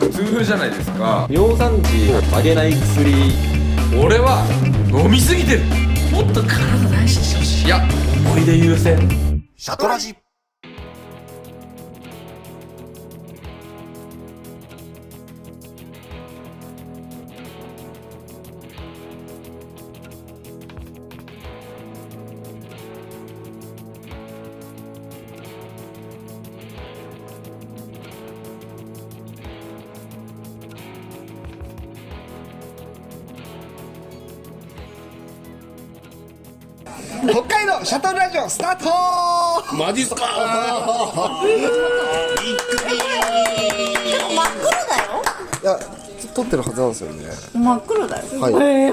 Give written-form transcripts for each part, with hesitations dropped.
普通じゃないですか。 尿酸値を上げない薬。 俺は飲みすぎてる。もっと体大事にしてほしい。いや、思い出優先。 シャトラジ。 北海道シャトルラジオスタート。 マジっすか。 真っ黒だよ。 いや、撮ってるはずなんですよね。 真っ黒だよ。 はい。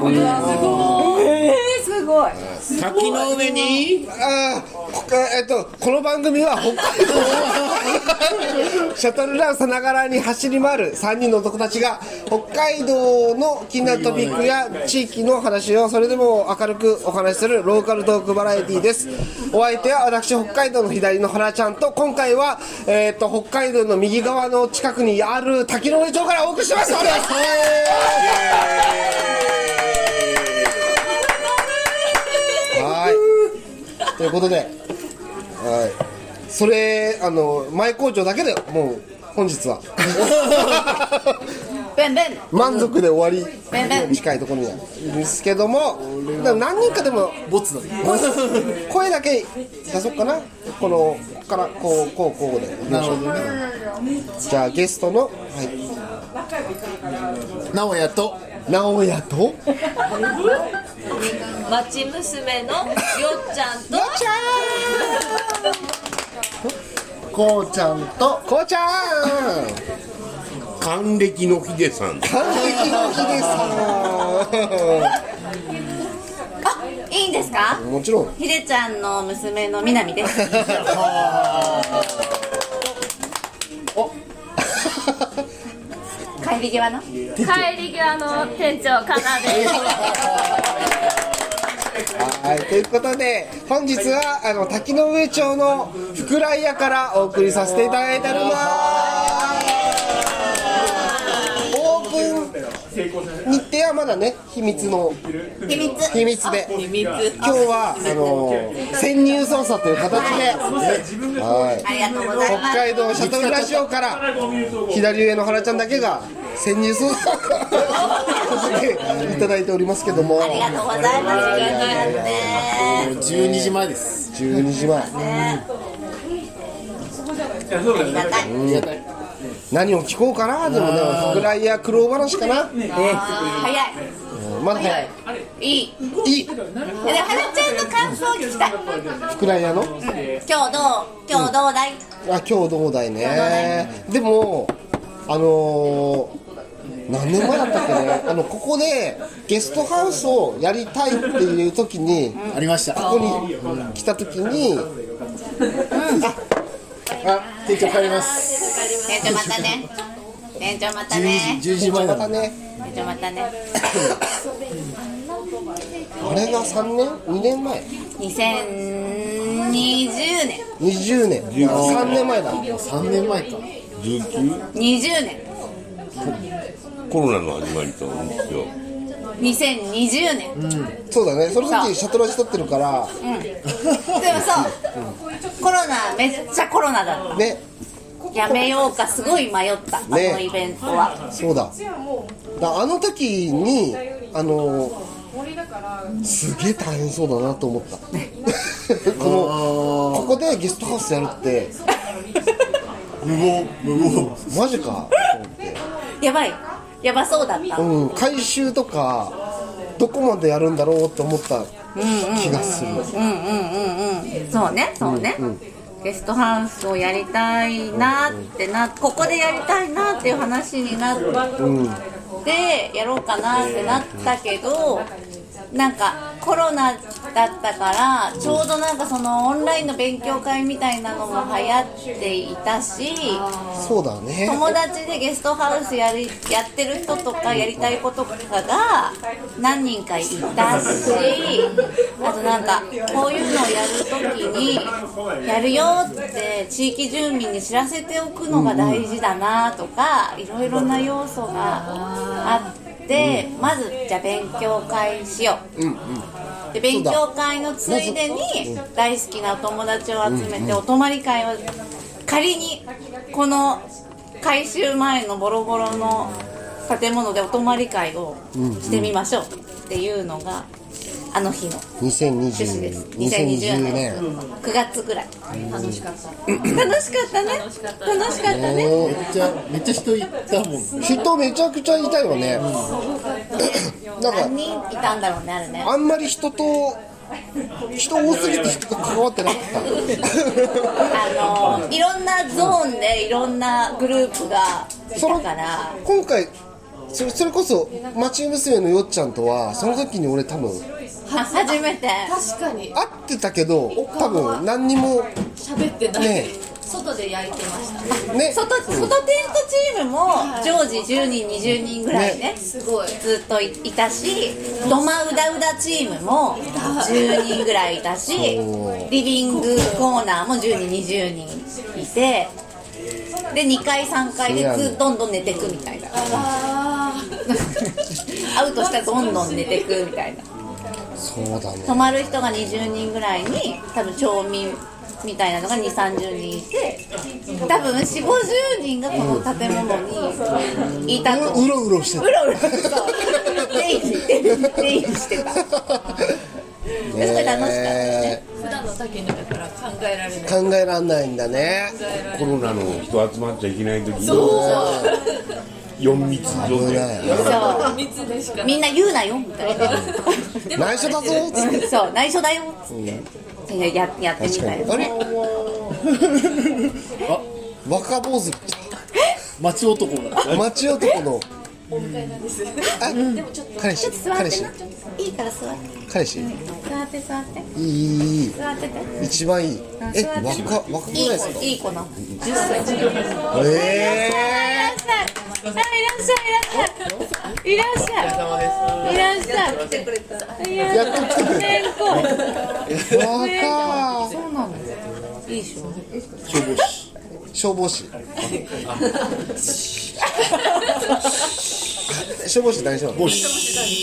すごい。 滝の上にこの番組は北海道シャトルランさながらに走り回る3人の男たちが北海道の気になるトピックや地域の話をそれでも明るくお話しするローカルトークバラエティです。お相手は私、北海道の左の原ちゃんと、今回は、北海道の右側の近くにある滝の上町からお送りしてます。お願いします。はい、ということで、はい、それ前工場だけでもう本日はベンベン満足で終わベンベンり近いところにあるんですけども、でも何人かでもボツだね。 声だけ出そうかな。ここからこうでいきましょう。じゃあゲストの、はい、 直哉と直哉と町娘のよっちゃんとこうちゃんとこうちゃん。 還暦のヒデさん。 還暦の日です。 いいんですか。 もちろん。 ひでちゃんの娘のみなみです。帰り際の帰り際の店長かなです。 はい、ということで本日は滝の上町の福来屋からお送りさせていただいております。オープン日程はまだね秘密で、今日は潜入捜査という形で、はい、 ありがとうございます。 北海道シャトルラジオから左上の原ちゃんだけが潜入捜査させていただいておりますけども、 ありがとうございます。 12時前です。 12時前、 ありがたい。 何を聞こうかな。でもね、福来屋苦労話かな。 早い。 まだ早い。 いい。 いい。 で、はなちゃんの感想を聞きたい。 福来屋の、 今日どうだい。 今日どうだいね。でも何年前だったっけね、ここでゲストハウスをやりたいっていう時に、 ありました。 ここに来た時に、 店長帰ります。 店長またね。店長またね。 12時前だね。 またね、 店長またね。 あれが3年2年前 2020年。 20年3年前だ。 3年前か。 20年。 コロナの始まりと思うんですよ。 2020年。 そうだね、その時シャトラジ撮ってるからでもそう、コロナ、めっちゃコロナだった。 ね。 やめようかすごい迷った、 ね、 あのイベントは。 そうだ。あの時にすげえ大変そうだなと思った。ここでゲストハウスやるって無謀マジかと思って。 やばそうだった。 回収とかどこまでやるんだろうって思った気がする。 そうね、ゲストハウスをやりたいなってここでやりたいなっていう話になって、やろうかなってなったけど、なんかコロナだったからちょうどなんかそのオンラインの勉強会みたいなのも流行っていたし、 そうだね。 友達でゲストハウスやってる人とかやりたいこととかが何人かいたし、あとなんかこういうのをやるときにやるよって地域住民に知らせておくのが大事だなとか、いろいろな要素があって、まずじゃあ勉強会しよう、で勉強会のついでに大好きなお友達を集めてお泊まり会を仮にこの改修前のボロボロの建物でお泊まり会をしてみましょうっていうのがあの日の趣旨です。2020年9月ぐらい。楽しかったね。楽しかったね。 めっちゃ人いたもん。 人めちゃくちゃいたよね。なんか何人いたんだろうね、あれね。 あんまり人多すぎて人と関わってなかった。 いろんなゾーンでいろんなグループがいたから今回それこそ町娘のよっちゃんとはその時に俺多分初めて確かに会ってたけど多分何にも喋ってない、 ね外で焼いてましたね外テントチームも常時10人20人ぐらいねすごいずっといたし、ドマウダウダチームも10人ぐらいいたし、リビングコーナーも10人20人いて、で2階3階でどんどん寝てくみたいなアウトしたらどんどん寝てくみたいな。 そうだね。 泊まる人が20人ぐらいに多分町民みたいなのが 2,30 人いて、多分 4,50 人がこの建物にいたと。 うろうろしてた。 うろうろそう出入りしてた。すごい楽しかったね。 普段の竹にだから考えられない考えらんないんだね。 コロナの人集まっちゃいけない時に4密状態。 そう密でしかみんな言うなよみたいな。 内緒だぞっつって。 そう内緒だよっつって。やってみたよ。 あれ若坊主町男が町男の彼氏座ってな。いいから座って。 彼氏座って座って。 いい座ってて。 一番いい。若くないですか？ いい子の10歳。いらっしゃい。来てくれた。 やっと来てくれた。若そうなの。いいでしょ。 消防士消防士大丈夫？ ボシ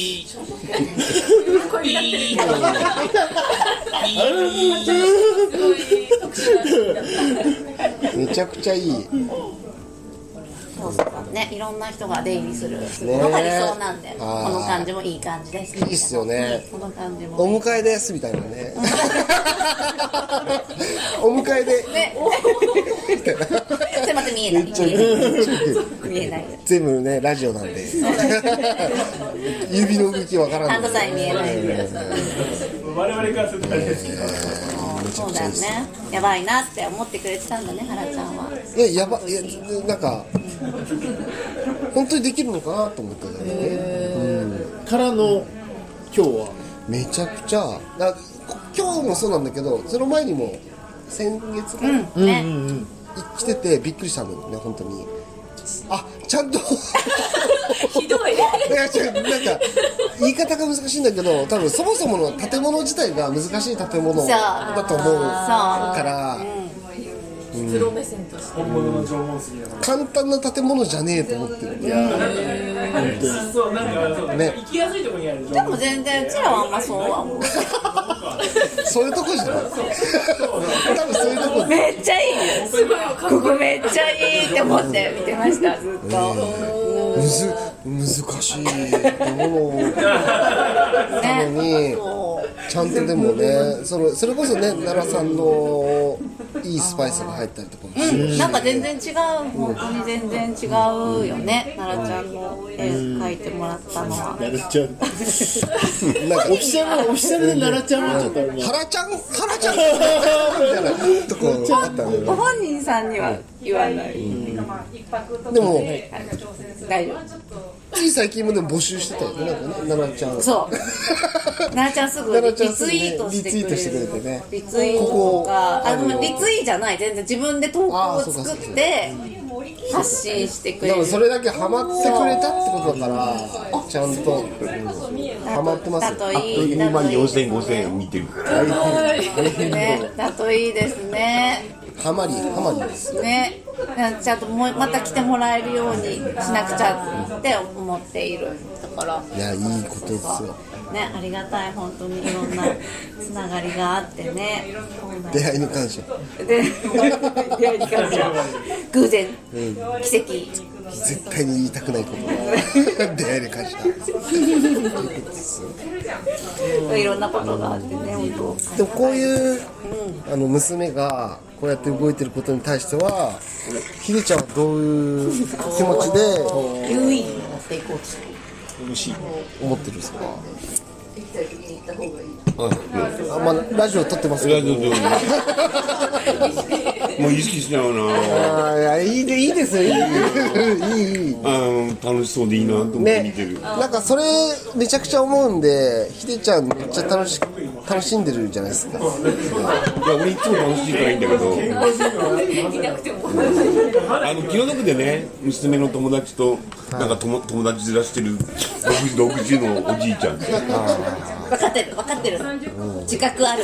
めちゃくちゃいい。 そうね、いろんな人が出入りするねのが理想なんで、この感じもいい感じです。 いいっすよね。 この感じもお迎えですみたいなね。お迎えで。 ね。また見えない。見えない。 全部ねラジオなんで。指の動きわからない。 ハンドサイン見えない。 我々からするとあれですけど。 そうだよね。やばいなって思ってくれてたんだね、原ちゃんは。 いやなんか本当にできるのかなと思ったんだよね。 からの今日はめちゃくちゃ今日もそうなんだけど、その前にも先月かな、来ててびっくりしたんだよね本当に。あ、ちゃんとひどい。 いや違う、なんか言い方が難しいんだけど、多分そもそもの建物自体が難しい建物だと思うからプロ目線として本物の縄文杉だから。 簡単な建物じゃねえと思ってる。 そうなんかそうね行きやすいところにある。 でも全然うちらはあんまそうは思う。 そういうとこじゃない。多分そういうとこ。 めっちゃいい。ここめっちゃいいって思って見てましたずっと。 難しい建物なのに。ちゃんとでもね、それこそね、奈良さんのいいスパイスが入ったりとかもしてるし、 なんか全然違う、本当に全然違うよね、奈々ちゃんの絵描いてもらったのは。 奈良ちゃんなんかオフィシャルで奈良ちゃんはちょっとあれね。 原ちゃんみたいなとこあったのよ。 ご本人さんには言わない。 でも大丈夫。 つい最近もでも募集してたよね、なんかね、奈良ちゃん。 そう。 奈々ちゃんすぐリツイートしてくれる。 リツイートしてくれてね。 リツイートとか、リツイじゃない、全然自分で投稿を作って発信してくれる。 でもそれだけハマってくれたってことだから、ちゃんとハマってますよ。 だといい。 今4000、5000見てるからね、だといいですね。 ハマりですね、ちゃんとまた来てもらえるようにしなくちゃって思っているところ。 いや、いいことですよ。 ね、ありがたい、本当にいろんなつながりがあってね。 出会いに感謝。 で、出会いに感謝。偶然、奇跡。 絶対に言いたくないこと。出会いに感謝。 いろんなことがあってね、本当。 でもこういう娘がこうやって動いてることに対しては、ひでちゃんはどういう気持ちで有意義になっていこうとしてる。 思ってるんですか？まあラジオ撮ってますけど。 もう意識しちゃうな。 いや、いいですよ。いい。 楽しそうでいいなと思って見てる。 なんかそれめちゃくちゃ思うんで、ひでちゃんめっちゃ楽しんでるじゃないですか。 いや、俺いつも楽しいからいいんだけど、気の毒でね、娘の友達となんか友達ずらしてる60のおじいちゃんって。 分かってる、自覚ある。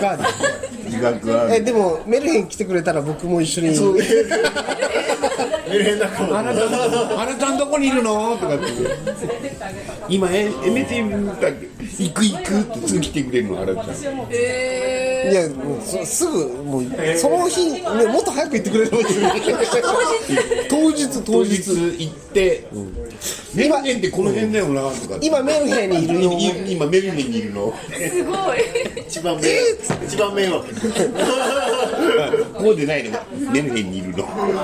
でもメルヘン来てくれたら僕も一緒に。 メルヘン仲間。 あなたどこにいるのとかって。今エメティ行くってすぐ来てくれるの、あらちゃん。 いや、もうすぐもうその日ね、もっと早く行ってくれる。当日行ってメルヘンってこの辺だよなとか。 今メルヘンにいるよ。 今メルヘンにいるの。 すごい。 一番迷惑。 こうでないの。メルヘンにいるの。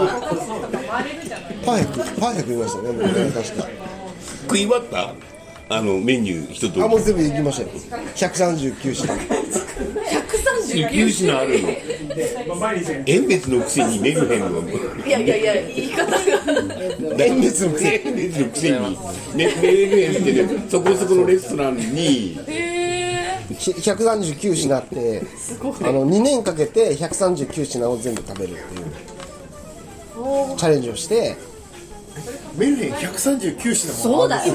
パーフェクト言いましたね。もうね、確か。 食い終わったメニュー一通り。 もう全部行きましたよ。139品。 139品あるの。縁別のくせにメルヘンの。 いや言い方が。 縁別のくせにメルヘンってね、そこそこのレストランに。 139品あって、2年かけて139品を全部食べるっていうチャレンジをして。 メルヘン139品も。 そうだよ。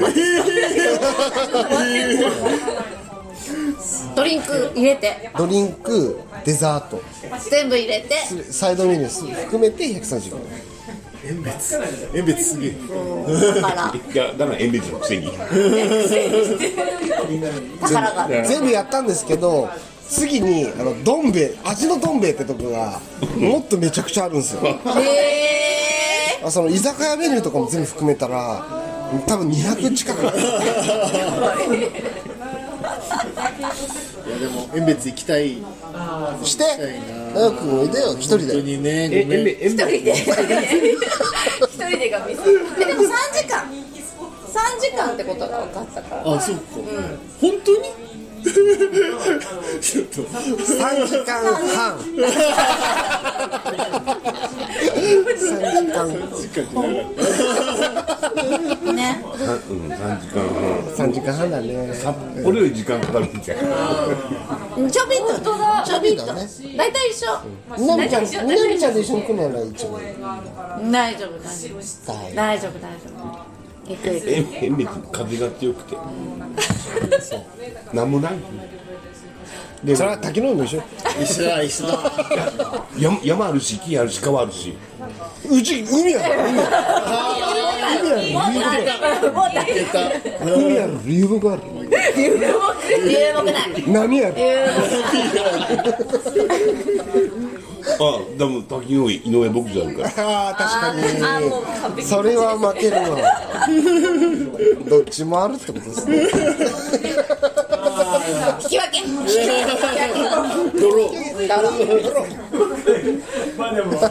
ドリンク入れて、 ドリンク、デザート全部入れて、 サイドメニュー含めて139。 縁別すげえ。 だから縁別のくせに。 宝がある。 全部やったんですけど、次にどん兵衛、味のどん兵衛ってとこがもっとめちゃくちゃあるんですよ。その居酒屋メニューとかも全部含めたら多分200近く。 いやでも縁別行きたい。 してなよくんおいでよ、一人で。 本当にね、ごめん。 一人でがミス。でも3時間ってことが分かったから。 あ、そうか。本当に？ちょっと 3時間半。 ね。 3時間半だね。 俺より時間かかるみたいな。 ちょびっとね。大体一緒。 みなみちゃんと一緒に来るなら一番。 大丈夫。 縁別風が強くて。なんもない。 それは滝の海も一緒。 一緒だ。 山あるし、木あるし、川あるし。 うち海やろ。海やろ。流木ある。 流木ない。 波ある。 でも滝の井上牧場あるから。 確かに。それは負けるわ。どっちもあるってことですね。 引き分け。 まあでも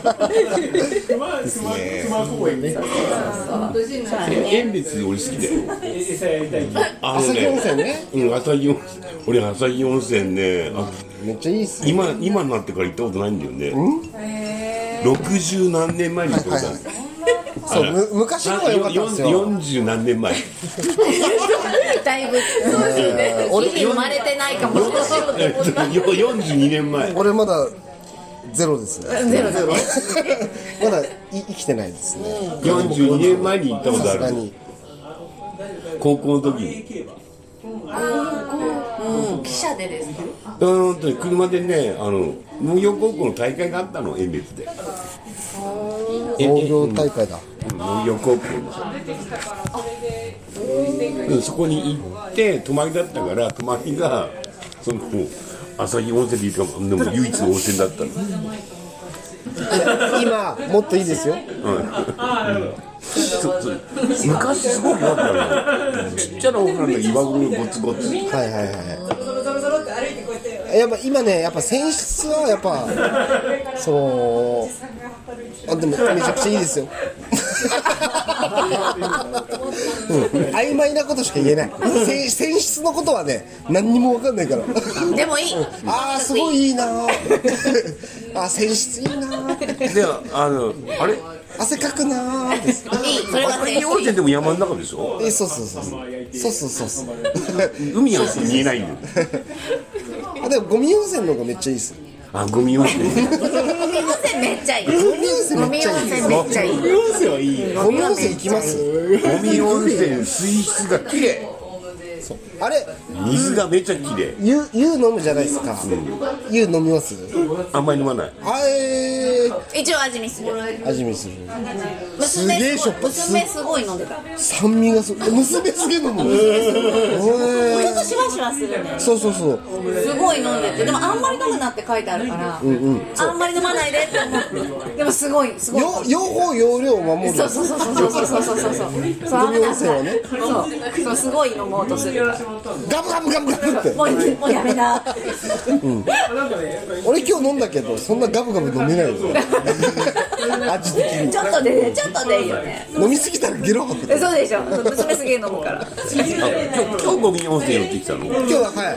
熊公園ね。 縁別俺好きだよ。 朝日温泉ね。 俺朝日温泉ね。 めっちゃいいっす。 今になってから行ったことないんだよね。60何年前に行ったことある。 そう昔の方が良かったんですよ。 40何年前だいぶ俺生まれてないかもしれない 42年前俺まだゼロですね。 ゼロゼロまだ生きてないですね。 42年前に行ったことある。 さすがに高校の時に記者でですか？ 車でね農業高校の大会があったの、遠別で。 農業大会だ。 農業高校のそこに行って泊まりだったから、泊まりがその旭温泉で言うかも、でも唯一の温泉だったの。 今もっといいですよ。 昔すごく良かったの。ちっちゃなお風呂の岩風呂ゴツゴツ。 はいはいはい。やっぱ今ね、やっぱ泉質はやっぱでもめちゃくちゃいいですよ。曖昧なことしか言えない。泉質のことはね、何にも分かんないから。 でもいい。 ああすごいいいな。あ泉質いいな。 であれ汗かくなーです。 いい、それが旭温泉でも山の中でしょ。 そう海は見えないんだよ。 あでもゴミ温泉の方がめっちゃいいです。 あ、ゴミ温泉。 ゴミ温泉めっちゃいい。 ゴミ温泉めっちゃいい。 ゴミ温泉めっちゃいい。 ゴミ温泉はいい。 ゴミ温泉行きます。 ゴミ温泉水質が綺麗。 あれ水がめっちゃ綺麗。 湯飲むじゃないですか。湯飲みます？ あんまり飲まない。 一応味見する。 味見する。すげえしょっぱい。 娘すごい飲んでた。 酸味が娘すげえ飲む。 ちょっとシュワシュワするね。 そう。 すごい飲んでて、でもあんまり飲むなって書いてあるから、あんまり飲まないでって思って。でもすごい。 用法用量を守る。 そう。そう危ない。そうすごい飲もうとする。 ガブガブって。 もうやめな。 俺今日飲んだけどそんなガブガブ飲めないよ。味的に。 ちょっとでいいよね。 飲みすぎたらゲロ吐く。 そうでしょ。娘すげえ飲むから。 今日ゴミ温泉寄ってきたの。 今日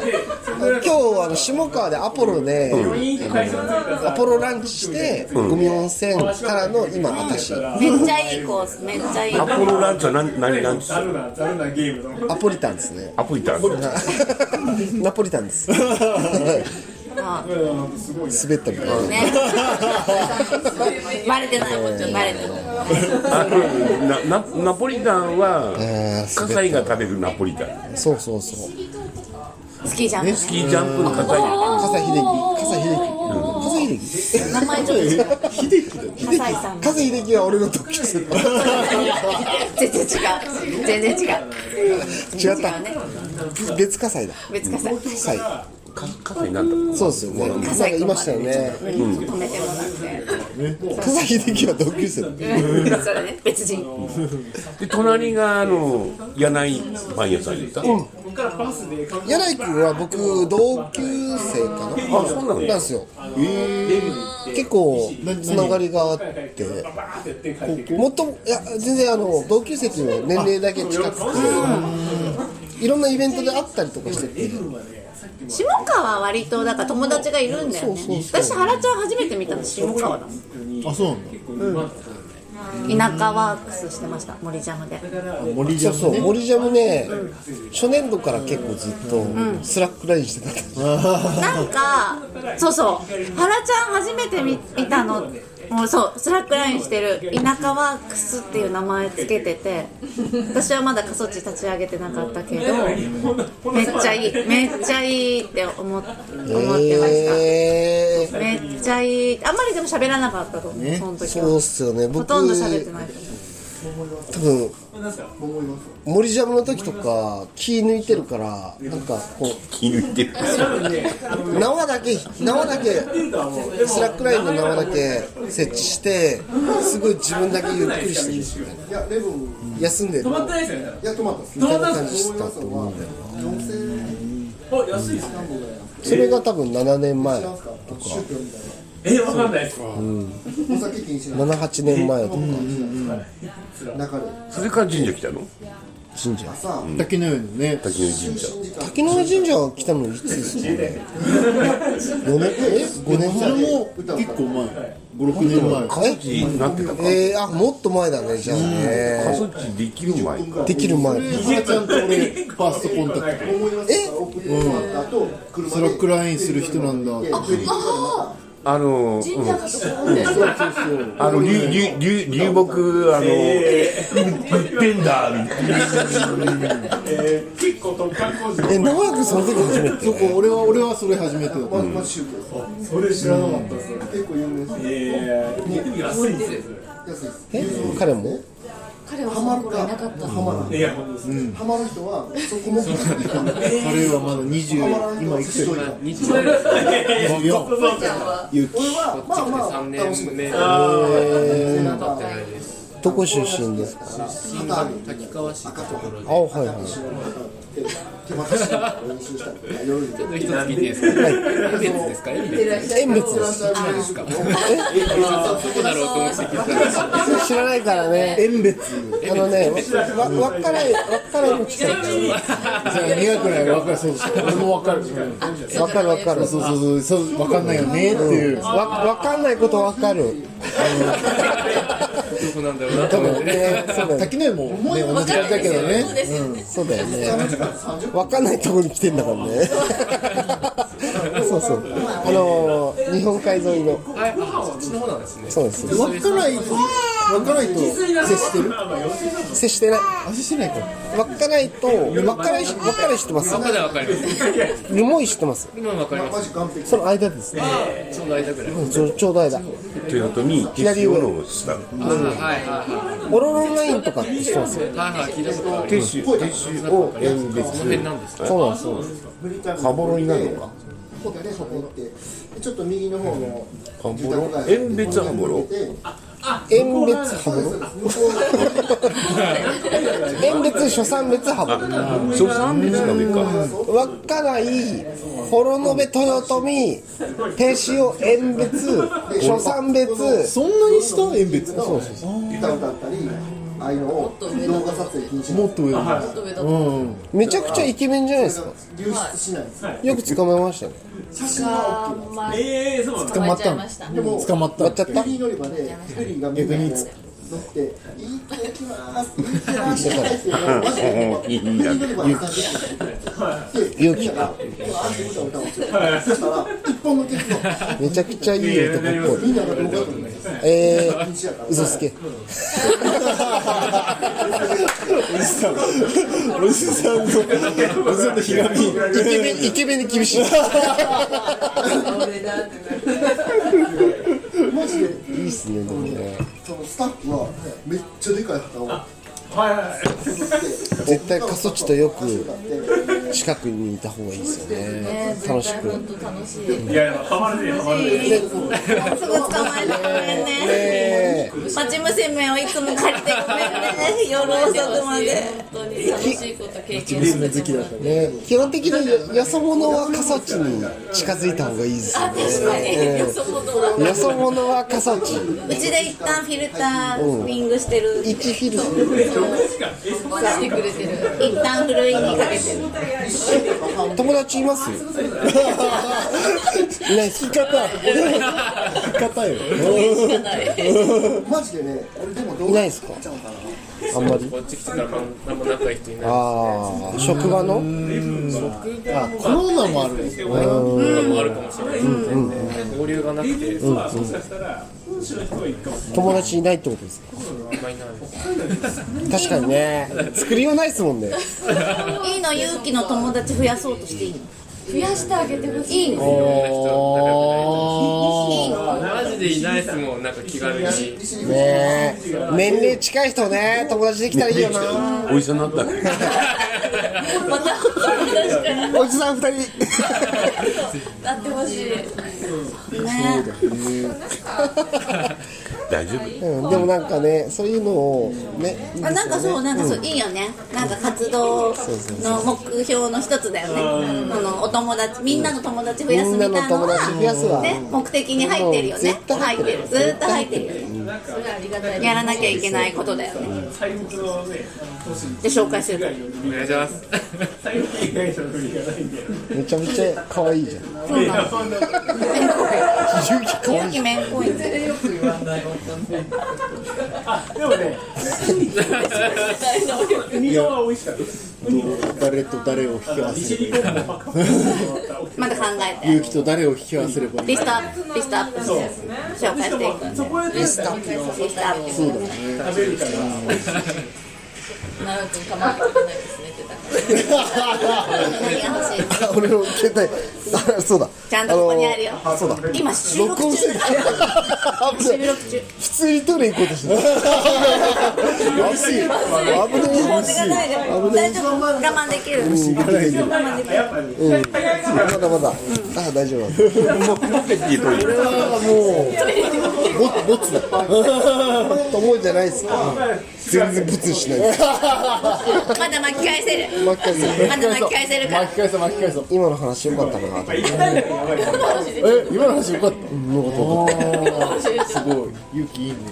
下川でアポロでアポロランチしてゴミ温泉からの今私。 めっちゃいいコース。めっちゃいい。 アポロランチは何ランチ？ アポリタンですね。 アポリタン。 ナポリタンです。滑ったみたいな。 ね。バレてない。 ナポリタンは葛西が食べるナポリタン。 そう。 スキージャンプ。 スキージャンプの葛西。 笠秀樹。 名前ちょっと違う。笠井さん。 笠秀樹は俺の同級生。 全然違う。 違った。別笠井だ。 別笠井。 葛西なんだ。 そうですよね。笠井がいましたよね。 止めてもらって。 笠秀樹は同級生だ。 それね、別人。 で隣が柳井パン屋さんに行った。 柳井君は僕同級生かな。 あ、そうなの。 なんですよ。結構つながりがあって、もっと全然同級生っていうのは年齢だけ近くて、いろんなイベントで会ったりとかしてて。 下川は割とだから友達がいるんだよね。私原ちゃん初めて見たの下川だもん。 あ、そうなんだ。 田舎ワークスしてました、森ジャムで。 森ジャムね。 森ジャムね、初年度から結構ずっとスラックラインしてた。 なんか原ちゃん初めて見たの。もうスラックラインしてる田舎ワークスっていう名前つけてて、私はまだ過疎地立ち上げてなかったけど、めっちゃいいって思ってました。めっちゃいい。あんまりでも喋らなかったと思う、その時は。 そうっすよね。 ほとんど喋ってない。 多分森ジャムの時とか気抜いてるからなんかこう気抜いてる。 縄だけスラックラインの縄だけ設置してすごい自分だけゆっくりしてるみたいな、休んでるみたいな感じしてたと思うんだよな。それが多分7年前とかわかんないです。 7、8年前とかそれから神社来たの？ 神社滝のようにね。 滝の神社。 滝の上神社が来たのいつですか？4年5年それも結構前。5、6年前。 過疎地になってたか。 あ、もっと前だね、じゃあ過ね。 疎地できる前か。 できる前。 ちゃんと俺ファーストコンタクト。スラックラインする人なんだって。 流木ペンダー結構と観光地。 名古屋君その時初めて。 そこ俺はそれ初めてだった。 それ知らなかったです。結構有名です。安いです。 彼も？ 彼はその頃いなかった。 いや本当です。ハマる人はそこも。 彼はまだ20、今いくつだ？24。ゆき。 3年目どこ出身ですか？ 滝川市ってところであ、はいはい。 ちょっと一つ聞いていいですか？縁別ですか？縁別縁別です。 どこだろうと思って聞いたら知らないからね。 縁別。 わからないの近い。 苦くないわかる。そう俺もわかる。 わかる。 そうわかんないよねっていう。 わかんないことわかる。 どこなんだろうなと思ってね。 滝の湯もね同じ感じだけどね。 そうだよね。わかんないところに来てんだからね。そう。日本海沿いの。 そっちの方なんですね。 そうです。 わからないと接してる？ 接してない。 接してないか。 わからないと、わからない知ってます。 まだわかります。 ルモイ知ってます。 今わかります。 その間ですね。 ちょうど間ぐらい。 ちょうど間。 豊臣左上の下。 オロロラインとかって知ってます？ はい聞いたことある。 天守を縁別。 この辺なんですか？ そうなんです。 羽幌になるのか。 ちょっと右の方の羽幌、縁別羽幌。 縁別羽幌。縁別初三別羽幌。 初三別が上か。 稚内、幌延豊臣、天塩縁別、初三別。 そんなにした縁別？ そう。 ああいうのを動画撮影禁止。 もっと上だ。 めちゃくちゃイケメンじゃないですか。 流出しないです。 よく捕まえましたね。 写真は OK なんです。そうなんです。 捕まったの。捕まった。 やっちゃった。 フェリー乗り場でフェリーがみんなこう乗っていただきます。いってらっしゃいっていうのをマジでフェリー乗り場で30分。 勇気。 そしたら一本の結論。 めちゃくちゃいい男っぽい。 みんなが動画撮るんです。 嘘つけ。 おじさんのひがみ。 イケメンに厳しい。 マジでいいっすね、でもね。 そのスタッフはめっちゃでかい旗を絶対過疎地とよく近くにいた方がいいですよね。楽しく。 本当楽しい。 いやハマるね。 すぐ捕まえてごめんね。町娘をいつも借りてごめんね。夜遅くまで。 本当に楽しいこと経験好きだったね。 基本的によそ者は過疎地に近づいた方がいいですよね。 確かによそ者はよそ者は過疎地。 うちで一旦フィルターウィングしてる。 1フィルしてくれてる。 一旦ふるいにかけてる。 友達います？いないっす。 方よ。 マジでね、俺でもいないっすか？あんまり。 こっち来てから何も仲いい人いない。 ああ、職場の？ コロナもあるんですよね。 コロナもあるかもしれない。交流がなくて、 友達いないってことですか？確かにね。作りようないっすもんね。 いいの、勇気の友達増やそうとしていいの？ 増やしてあげてほしい。いいの。 マジでいないっすもん、なんか気軽に。 ねえ、年齢近い人ね、友達できたらいいよな。 おじさんになったね。 また確かにおじさん2人。 なってほしい。 ね。 大丈夫。 でもなんかね、そういうのをね、いいですよね。 なんかそういいよね。なんか活動の目標の一つだよね。お友達、みんなの友達増やすみたいなのがね、目的に入ってるよね。入ってる、ずっと入ってるよね。やらなきゃいけないことだよね。で紹介するから。 お願いします。 めちゃめちゃ可愛いじゃん。 そうなの。 可愛い。 ゆきめんこいんで。 誰と誰を引き合わせればいいの。 まだ考えて。 勇気と誰を引き合わせればいいの。 リストアップして紹介していくんで。リストアップ。 そうだね。 奈良君構ってないですねって言ってたから何が欲しい？ 俺の携帯、そうだ。 ちゃんとここにあるよ。 そうだ。 今収録中だ。収録中。 普通にトイレ行こうとしてた。安い。危ねえ。 持ってかないで。大丈夫。我慢できる。 行かないで。 我慢できる。 まだまだ。あ、大丈夫。これはもうボツだ。と思うじゃないですか。全然ボツしないです。 まだ巻き返せる。まだ巻き返せるから。 巻き返そう。 今の話良かったかなと思って。 今の話よかった。すごい。勇気いいね。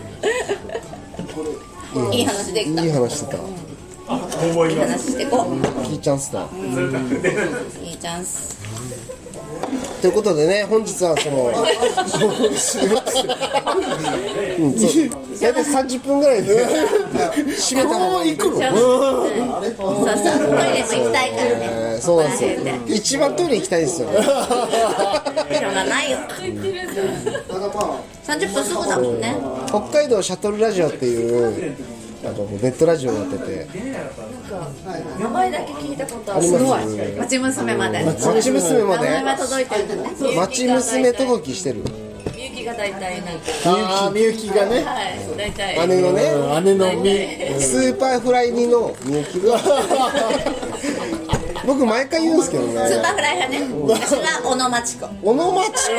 いい話できた。 いい話してた。 いい話してこう。 いいチャンスだ。 いいチャンス。 ということでね、本日はその大体30分ぐらいで締めた方がいい。 そうそう。トイレも行きたいからね。 そうなんですよ。一番トイレ行きたいですよ。 しょうがないよ。30分すぐだもんね。 北海道シャトルラジオっていうネットラジオやってて、 名前だけ聞いたことある。 あります。 町娘まで。 町娘ま名前はで。 届いてるんだね。 町娘届きしてる。 みゆきが大体なんかみゆきがね。 はい大体姉のね、 姉のスーパーフライ2のみゆきが。僕毎回言うんですけどね。 スーパーフライ派ね。私は小野町子。 小野町子。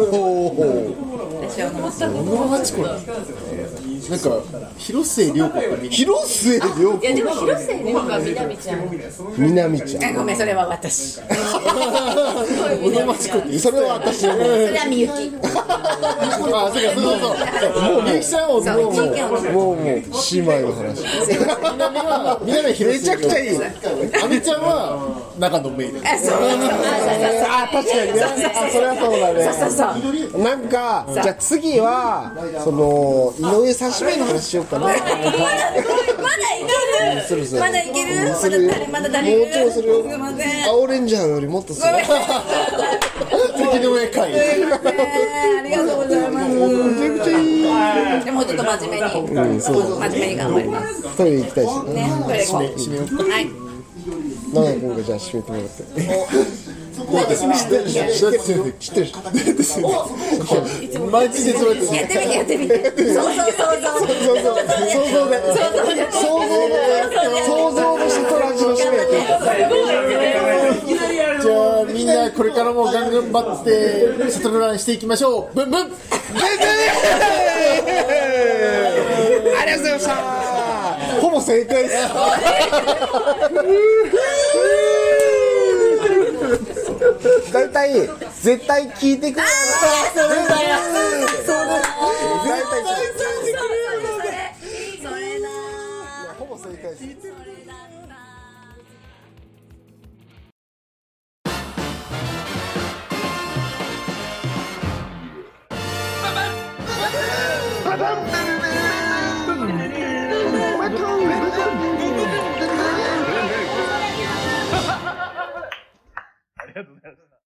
私は小野町子。 小野町子。なんか広末涼子ってみんな。 広末涼子。 いやでも広瀬涼子はみなみちゃんみなみちゃん。 ごめん、それは私。 小野町子ってそれは私の。 それはみゆき。 あ、そうもうみゆきさんをそう、地域をもう姉妹の話。 南広めちゃくちゃいい。 あみちゃんは中野メイです。 あ、確かにね。それはそうだね。なんか、じゃあ次はその井上差し目の話しようかな。 まだいける。まだいける。まだ誰もうちょいするよ。 すいません。 青レンジャーよりもっとする。 関の上会。 ありがとうございます。 めちゃくちゃいい。 でもうちょっと真面目に、真面目に頑張ります。 トイレ行きたいしね。 ね、これこう。 締めようか。 はい。 長井君がじゃあ締めてもらって。知ってる。 マジでそうやってやってみて。そう。 想像のシャトラジの締めやってじゃあみんなこれからもガンガン張ってシャトルランしていきましょう。ブンブン。 ありがとうございました。ほぼ正解です。大体絶対聞いてくれる。 それだ。 ほぼ正解です。 ありがとうございました。